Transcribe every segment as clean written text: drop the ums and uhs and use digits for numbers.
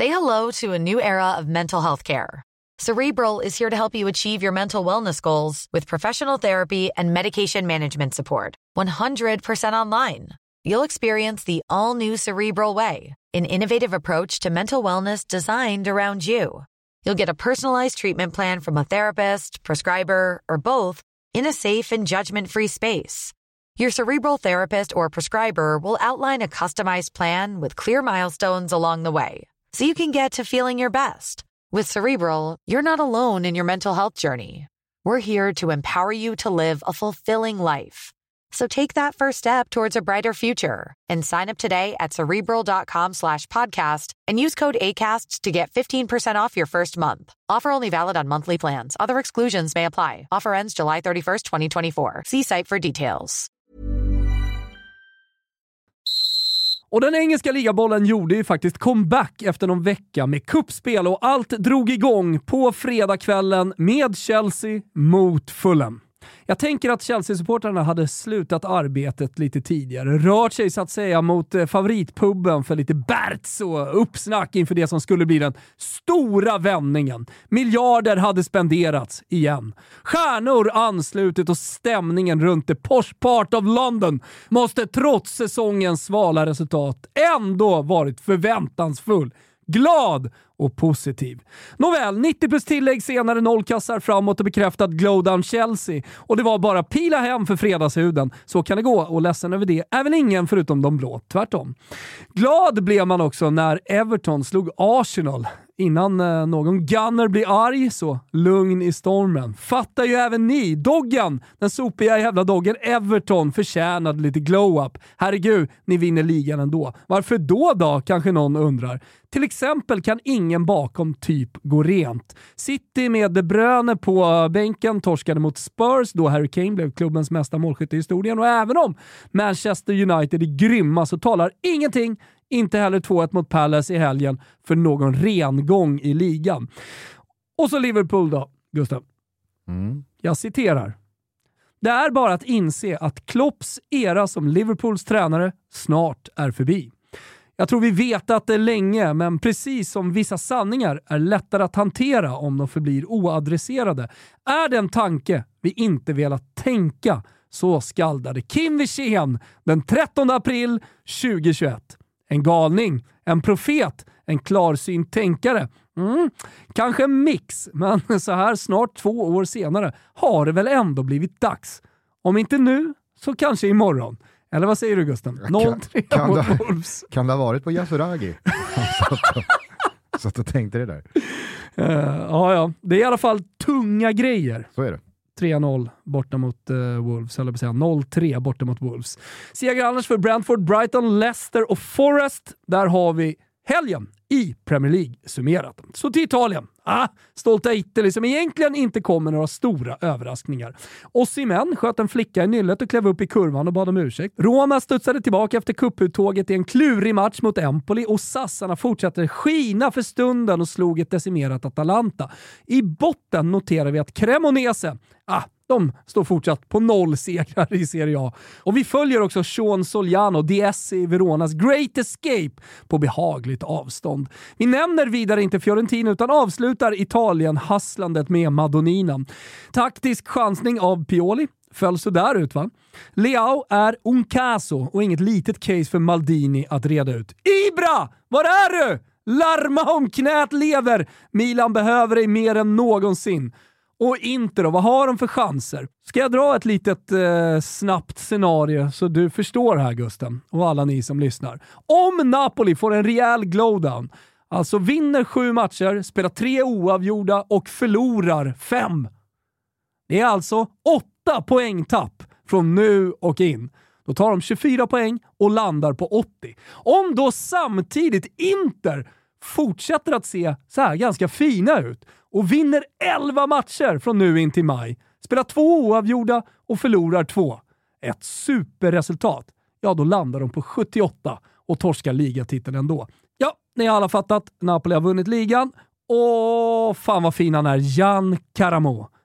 Say hello to a new era of mental health care. Cerebral is here to help you achieve your mental wellness goals with professional therapy and medication management support. 100% online. You'll experience the all-new Cerebral Way, an innovative approach to mental wellness designed around you. You'll get a personalized treatment plan from a therapist, prescriber, or both in a safe and judgment-free space. Your Cerebral therapist or prescriber will outline a customized plan with clear milestones along the way, so you can get to feeling your best. With Cerebral, you're not alone in your mental health journey. We're here to empower you to live a fulfilling life. So take that first step towards a brighter future and sign up today at Cerebral.com/podcast and use code ACAST to get 15% off your first month. Offer only valid on monthly plans. Other exclusions may apply. Offer ends July 31st, 2024. See site for details. Och den engelska ligabollen gjorde ju faktiskt comeback efter någon vecka med kuppspel och allt drog igång på fredagskvällen med Chelsea mot Fulham. Jag tänker att Chelsea-supporterna hade slutat arbetet lite tidigare, rört sig så att säga mot favoritpubben för lite bärts och uppsnack inför det som skulle bli den stora vändningen. Miljarder hade spenderats igen. Stjärnor anslutit och stämningen runt the posh part of London måste trots säsongens svala resultat ändå varit förväntansfull, glad och positiv. Nåväl, 90 plus tillägg senare, 0 kassar framåt och bekräftat Glowdown Chelsea. Och det var bara pila hem för fredagshuden. Så kan det gå, och ledsen över det är väl ingen förutom de blå, tvärtom. Glad blev man också när Everton slog Arsenal. Innan någon gunner blir arg, så lugn i stormen. Fattar ju även ni, doggen, den sopiga jävla doggen Everton förtjänade lite glow-up. Herregud, ni vinner ligan ändå. Varför då, kanske någon undrar. Till exempel kan ingen bakom typ gå rent. City med De Bruyne på bänken torskade mot Spurs då Harry Kane blev klubbens mesta målskytt i historien. Och även om Manchester United är grymma så talar ingenting, inte heller 2-1 mot Palace i helgen, för någon rengång i ligan. Och så Liverpool då, Gustav. Jag citerar. Det är bara att inse att Klopps era som Liverpools tränare snart är förbi. Jag tror vi vetat det länge, men precis som vissa sanningar är lättare att hantera om de förblir oadresserade, är det en tanke vi inte velat tänka, så skaldade Kim Wirsén den 13 april 2021. En galning, en profet, en klarsynt tänkare. Kanske en mix, men så här snart 2 år senare har det väl ändå blivit dags. Om inte nu, så kanske imorgon. Eller vad säger du, Gustav? 0-3 mot Wolves. Kan det ha varit på Yasuragi? Så att du tänkte det där. Ja. Det är i alla fall tunga grejer. Så är det. 3-0 borta mot Wolves, eller säga 0-3 borta mot Wolves. Seger annars för Brentford, Brighton, Leicester och Forest. Där har vi helgen i Premier League summerat. Så till Italien. Stolta Italy som egentligen inte kommer några stora överraskningar. Osimhen sköt en flicka i nyllet och klev upp i kurvan och bad om ursäkt. Roma studsade tillbaka efter kupputtåget i en klurig match mot Empoli, och sassarna fortsatte skina för stunden och slog ett decimerat Atalanta. I botten noterar vi att Cremonese, de står fortsatt på 0 segrar i Serie A. Och vi följer också Sean Soliano, DS i Veronas Great Escape, på behagligt avstånd. Vi nämner vidare inte Fiorentina utan avslutar Italien-hasslandet med Madonnina. Taktisk chansning av Pioli. Föll så där ut, va? Leao är un caso och inget litet case för Maldini att reda ut. Ibra! Var är du? Larma om knät lever! Milan behöver dig mer än någonsin. Och Inter då, vad har de för chanser? Ska jag dra ett litet snabbt scenario så du förstår här, Gustav, och alla ni som lyssnar. Om Napoli får en rejäl glowdown, alltså vinner 7 matcher, spelar 3 oavgjorda och förlorar 5. Det är alltså 8 poängtapp från nu och in. Då tar de 24 poäng och landar på 80. Om då samtidigt Inter fortsätter att se så här ganska fina ut och vinner 11 matcher från nu in till maj, spelar 2 oavgjorda och förlorar 2. Ett superresultat. Ja, då landar de på 78 och torskar ligatiteln ändå. Ja, ni har alla fattat. Napoli har vunnit ligan. Och fan vad fin han är, Jan Karamo.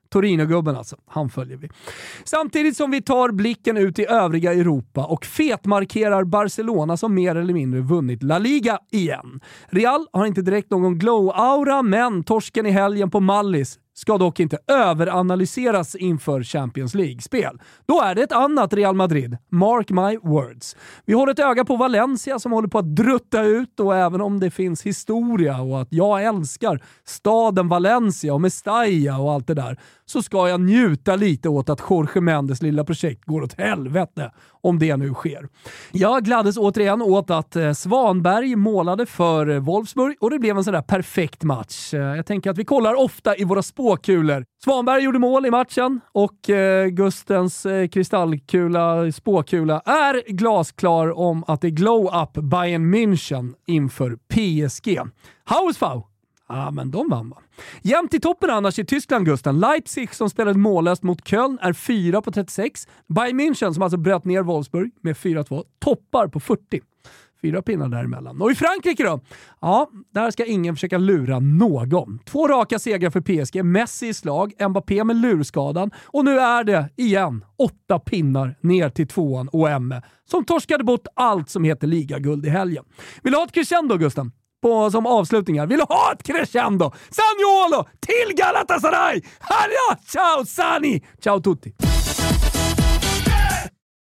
Torino-gubben alltså, han följer vi. Samtidigt som vi tar blicken ut i övriga Europa och fetmarkerar Barcelona som mer eller mindre vunnit La Liga igen. Real har inte direkt någon glow-aura, men torsken i helgen på Mallis ska dock inte överanalyseras inför Champions League-spel. Då är det ett annat Real Madrid. Mark my words. Vi håller ett öga på Valencia som håller på att drutta ut, och även om det finns historia och att jag älskar staden Valencia och Mestalla och allt det där, så ska jag njuta lite åt att Jorge Mendes lilla projekt går åt helvete om det nu sker. Jag gladdes återigen åt att Svanberg målade för Wolfsburg och det blev en sån där perfekt match. Jag tänker att vi kollar ofta i våra spåkulor. Svanberg gjorde mål i matchen och Gustens kristallkula, spåkula, är glasklar om att det glow up Bayern München inför PSG. Hausfau. Ja, men de vann, va? Jämt i toppen annars i Tyskland, Gusten. Leipzig som spelade mållöst mot Köln är 4 på 36. Bayern München som alltså bröt ner Wolfsburg med 4-2 toppar på 40. 4 pinnar däremellan. Och i Frankrike då? Ja, där ska ingen försöka lura någon. 2 raka segrar för PSG, Messi i slag, Mbappé med lurskadan, och nu är det igen 8 pinnar ner till 2an OM som torskade bort allt som heter ligaguld i helgen. Vill du ha ett crescendo, Gusten? Som avslutningar. Vill du ha ett crescendo? Zaniolo till Galatasaray! Hallå! Ciao Sani! Ciao tutti!